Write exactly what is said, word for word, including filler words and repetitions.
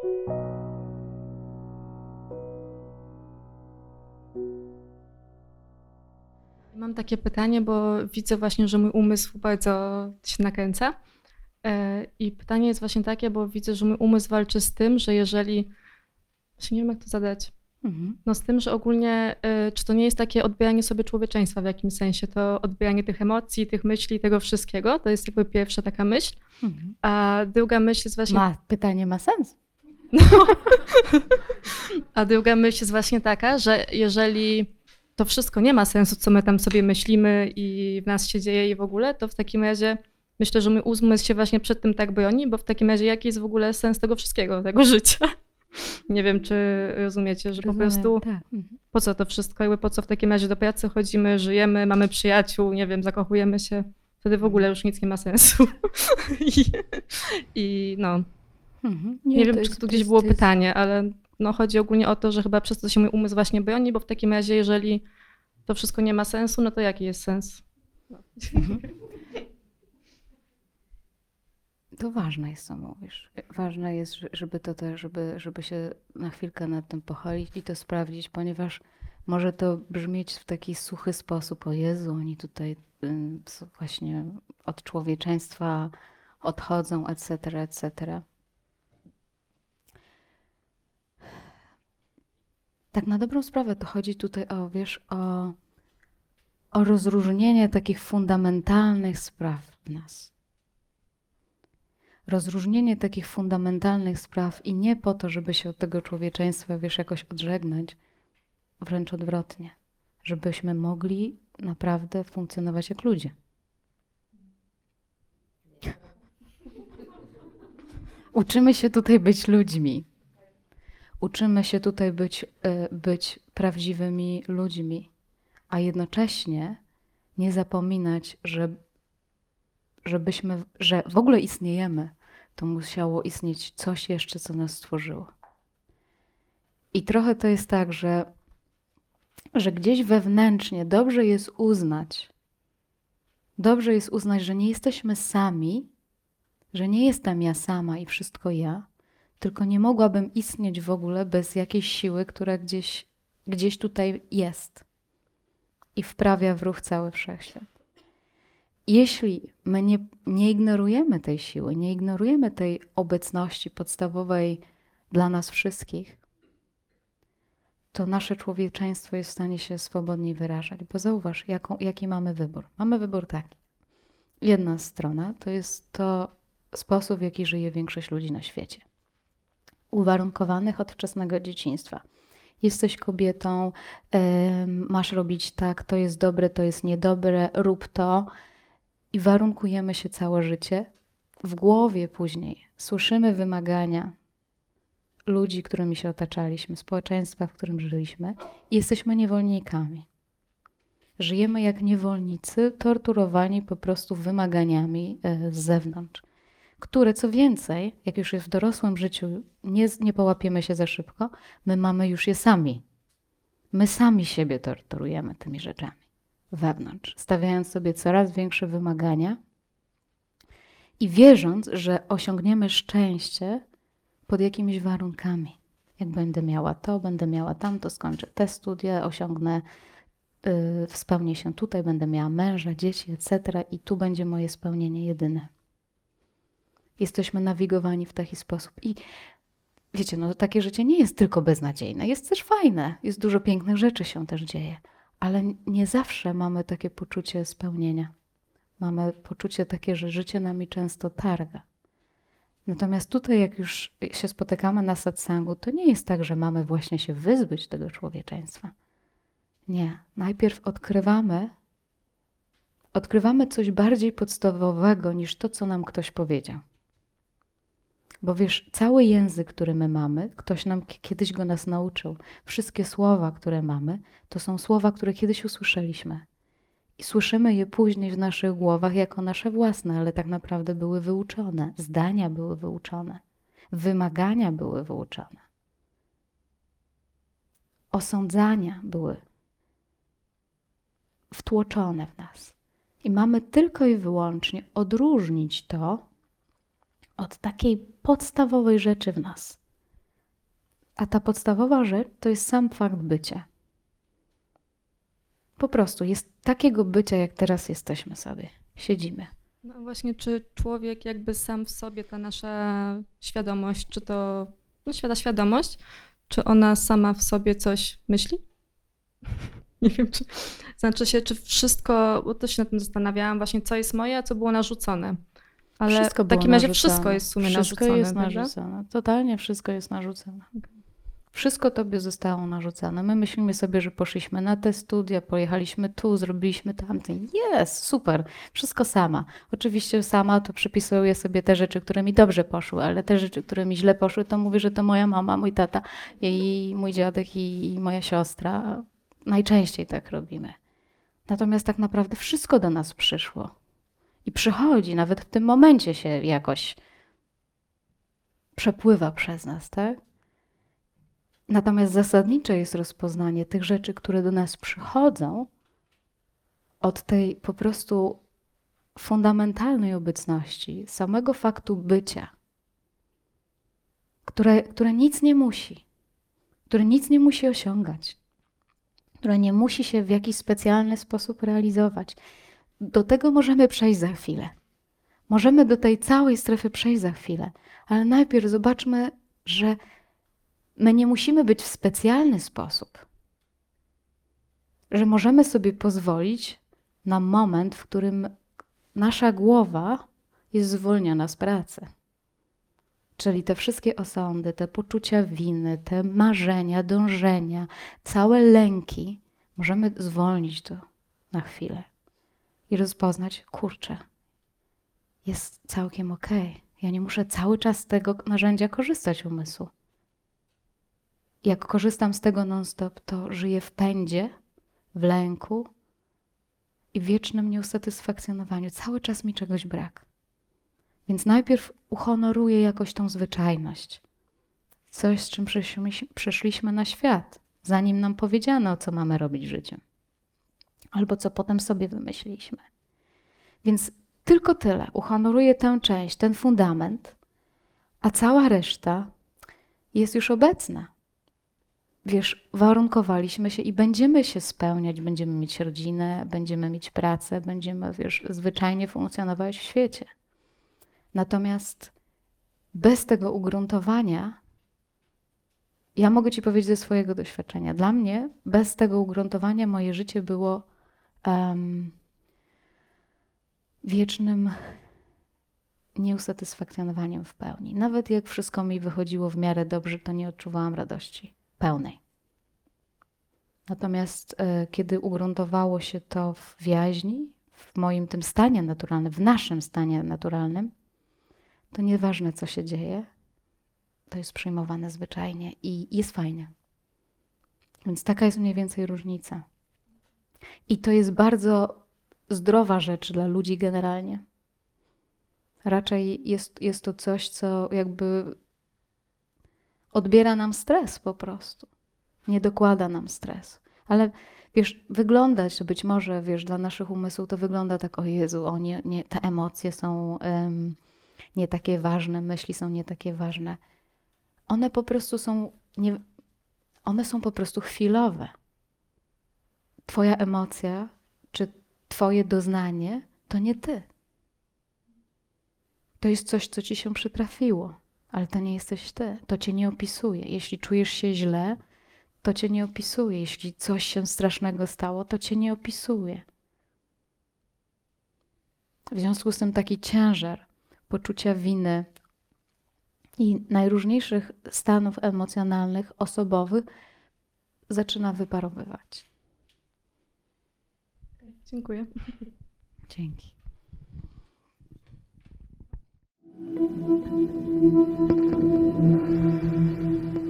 Mam takie pytanie, bo widzę właśnie, że mój umysł bardzo się nakręca. E, I pytanie jest właśnie takie, bo widzę, że mój umysł walczy z tym, że jeżeli... Właśnie nie wiem, jak to zadać. Mhm. No z tym, że ogólnie, e, czy to nie jest takie odbieranie sobie człowieczeństwa w jakimś sensie, to odbieranie tych emocji, tych myśli, tego wszystkiego, to jest jakby pierwsza taka myśl. Mhm. A druga myśl jest właśnie... Ma, pytanie ma sens. No. A druga myśl jest właśnie taka, że jeżeli to wszystko nie ma sensu, co my tam sobie myślimy i w nas się dzieje i w ogóle, to w takim razie myślę, że mój umysł się właśnie przed tym tak broni, bo w takim razie jaki jest w ogóle sens tego wszystkiego, tego życia? Nie wiem, czy rozumiecie, że Rozumiem, po prostu tak. Mhm. po co to wszystko, jakby po co w takim razie do pracy chodzimy, żyjemy, mamy przyjaciół, nie wiem, zakochujemy się, wtedy w ogóle już nic nie ma sensu. I, i no, Mhm. nie, wiem, to czy jest- tu to gdzieś jest- było to jest- pytanie, ale no chodzi ogólnie o to, że chyba przez to się mój umysł właśnie broni, bo w takim razie, jeżeli to wszystko nie ma sensu, no to jaki jest sens? No. Mhm. To ważne jest, co mówisz. Ważne jest, że- żeby to też, żeby, żeby się na chwilkę nad tym pochylić i to sprawdzić, ponieważ może to brzmieć w taki suchy sposób. O Jezu, oni tutaj ym, s- właśnie od człowieczeństwa odchodzą, et cetera, et cetera. Tak na dobrą sprawę to chodzi tutaj o, wiesz, o, o rozróżnienie takich fundamentalnych spraw w nas. Rozróżnienie takich fundamentalnych spraw i nie po to, żeby się od tego człowieczeństwa, wiesz, jakoś odżegnać, wręcz odwrotnie, żebyśmy mogli naprawdę funkcjonować jak ludzie. Uczymy się tutaj być ludźmi. Uczymy się tutaj być, y, być prawdziwymi ludźmi, a jednocześnie nie zapominać, że żebyśmy, że w ogóle istniejemy, to musiało istnieć coś jeszcze, co nas stworzyło. I trochę to jest tak, że, że gdzieś wewnętrznie dobrze jest uznać, dobrze jest uznać, że nie jesteśmy sami, że nie jestem ja sama i wszystko ja, tylko nie mogłabym istnieć w ogóle bez jakiejś siły, która gdzieś, gdzieś tutaj jest i wprawia w ruch cały wszechświat. Jeśli my nie, nie ignorujemy tej siły, nie ignorujemy tej obecności podstawowej dla nas wszystkich, to nasze człowieczeństwo jest w stanie się swobodniej wyrażać. Bo zauważ, jaką, jaki mamy wybór. Mamy wybór taki. Jedna strona to jest to sposób, w jaki żyje większość ludzi na świecie. Uwarunkowanych od wczesnego dzieciństwa. Jesteś kobietą, ym, masz robić tak, to jest dobre, to jest niedobre, rób to. I warunkujemy się całe życie. W głowie później słyszymy wymagania ludzi, którymi się otaczaliśmy, społeczeństwa, w którym żyliśmy i jesteśmy niewolnikami. Żyjemy jak niewolnicy, torturowani po prostu wymaganiami z zewnątrz, które co więcej, jak już jest w dorosłym życiu, nie, nie połapiemy się za szybko, my mamy już je sami. My sami siebie torturujemy tymi rzeczami wewnątrz, stawiając sobie coraz większe wymagania i wierząc, że osiągniemy szczęście pod jakimiś warunkami. Jak będę miała to, będę miała tamto, skończę te studia, osiągnę, yy, spełnię się tutaj, będę miała męża, dzieci, et cetera. I tu będzie moje spełnienie jedyne. Jesteśmy nawigowani w taki sposób. I wiecie, no takie życie nie jest tylko beznadziejne, jest też fajne, jest dużo pięknych rzeczy się też dzieje. Ale nie zawsze mamy takie poczucie spełnienia. Mamy poczucie takie, że życie nami często targa. Natomiast tutaj, jak już się spotykamy na satsangu, to nie jest tak, że mamy właśnie się wyzbyć tego człowieczeństwa. Nie. Najpierw odkrywamy, odkrywamy coś bardziej podstawowego niż to, co nam ktoś powiedział. Bo wiesz, cały język, który my mamy, ktoś nam kiedyś go nas nauczył. Wszystkie słowa, które mamy, to są słowa, które kiedyś usłyszeliśmy. I słyszymy je później w naszych głowach jako nasze własne, ale tak naprawdę były wyuczone. Zdania były wyuczone. Wymagania były wyuczone. Osądzania były wtłoczone w nas. I mamy tylko i wyłącznie odróżnić to od takiej podstawowej rzeczy w nas. A ta podstawowa rzecz to jest sam fakt bycia. Po prostu jest takiego bycia, jak teraz jesteśmy sobie. Siedzimy. No właśnie, czy człowiek jakby sam w sobie, ta nasza świadomość, czy to, no świata świadomość, czy ona sama w sobie coś myśli? Nie wiem, czy, znaczy się, czy wszystko, bo też się nad tym zastanawiałam właśnie, co jest moje, a co było narzucone. Ale Wszystko w było takim razie narzucone. wszystko jest w sumie Wszystko narzucone, jest prawda? narzucone. Totalnie wszystko jest narzucone. Wszystko tobie zostało narzucone. My myślimy sobie, że poszliśmy na te studia, pojechaliśmy tu, zrobiliśmy tamte. Jest, super, wszystko sama. Oczywiście sama to przypisuję sobie te rzeczy, które mi dobrze poszły, ale te rzeczy, które mi źle poszły, to mówię, że to moja mama, mój tata, i mój dziadek i, i moja siostra. Najczęściej tak robimy. Natomiast tak naprawdę wszystko do nas przyszło. I przychodzi, nawet w tym momencie się jakoś przepływa przez nas, tak? Natomiast zasadnicze jest rozpoznanie tych rzeczy, które do nas przychodzą od tej po prostu fundamentalnej obecności, samego faktu bycia, które, które nic nie musi, które nic nie musi osiągać, które nie musi się w jakiś specjalny sposób realizować. Do tego możemy przejść za chwilę. Możemy do tej całej strefy przejść za chwilę, ale najpierw zobaczmy, że my nie musimy być w specjalny sposób, że możemy sobie pozwolić na moment, w którym nasza głowa jest zwolniona z pracy. Czyli te wszystkie osądy, te poczucia winy, te marzenia, dążenia, całe lęki, możemy zwolnić to na chwilę i rozpoznać, kurczę, jest całkiem okej. Ja nie muszę cały czas z tego narzędzia korzystać umysłu. Jak korzystam z tego non-stop, to żyję w pędzie, w lęku i w wiecznym nieusatysfakcjonowaniu. Cały czas mi czegoś brak. Więc najpierw uhonoruję jakoś tą zwyczajność. Coś, z czym przyszliśmy, przyszliśmy na świat, zanim nam powiedziano, co mamy robić w życiu. Albo co potem sobie wymyśliliśmy. Więc tylko tyle. Uhonoruję tę część, ten fundament, a cała reszta jest już obecna. Wiesz, warunkowaliśmy się i będziemy się spełniać, będziemy mieć rodzinę, będziemy mieć pracę, będziemy, wiesz, zwyczajnie funkcjonować w świecie. Natomiast bez tego ugruntowania, ja mogę ci powiedzieć ze swojego doświadczenia, dla mnie bez tego ugruntowania moje życie było um, wiecznym nieusatysfakcjonowaniem w pełni. Nawet jak wszystko mi wychodziło w miarę dobrze, to nie odczuwałam radości pełnej. Natomiast y, kiedy ugruntowało się to w jaźni, w moim tym stanie naturalnym, w naszym stanie naturalnym, to nieważne, co się dzieje, to jest przyjmowane zwyczajnie i jest fajnie. Więc taka jest mniej więcej różnica. I to jest bardzo zdrowa rzecz dla ludzi generalnie. Raczej jest, jest to coś, co jakby odbiera nam stres po prostu. Nie dokłada nam stresu. Ale wiesz, wyglądać to być może, wiesz, dla naszych umysłów to wygląda tak, o Jezu, o nie, nie, te emocje są um, nie takie ważne, myśli są nie takie ważne. One po prostu są, nie, one są po prostu chwilowe. Twoja emocja, czy twoje doznanie, to nie ty. To jest coś, co ci się przytrafiło, ale to nie jesteś ty. To cię nie opisuje. Jeśli czujesz się źle, to cię nie opisuje. Jeśli coś się strasznego stało, to cię nie opisuje. W związku z tym taki ciężar poczucia winy i najróżniejszych stanów emocjonalnych, osobowych zaczyna wyparowywać. Dziękuję. Dzięki.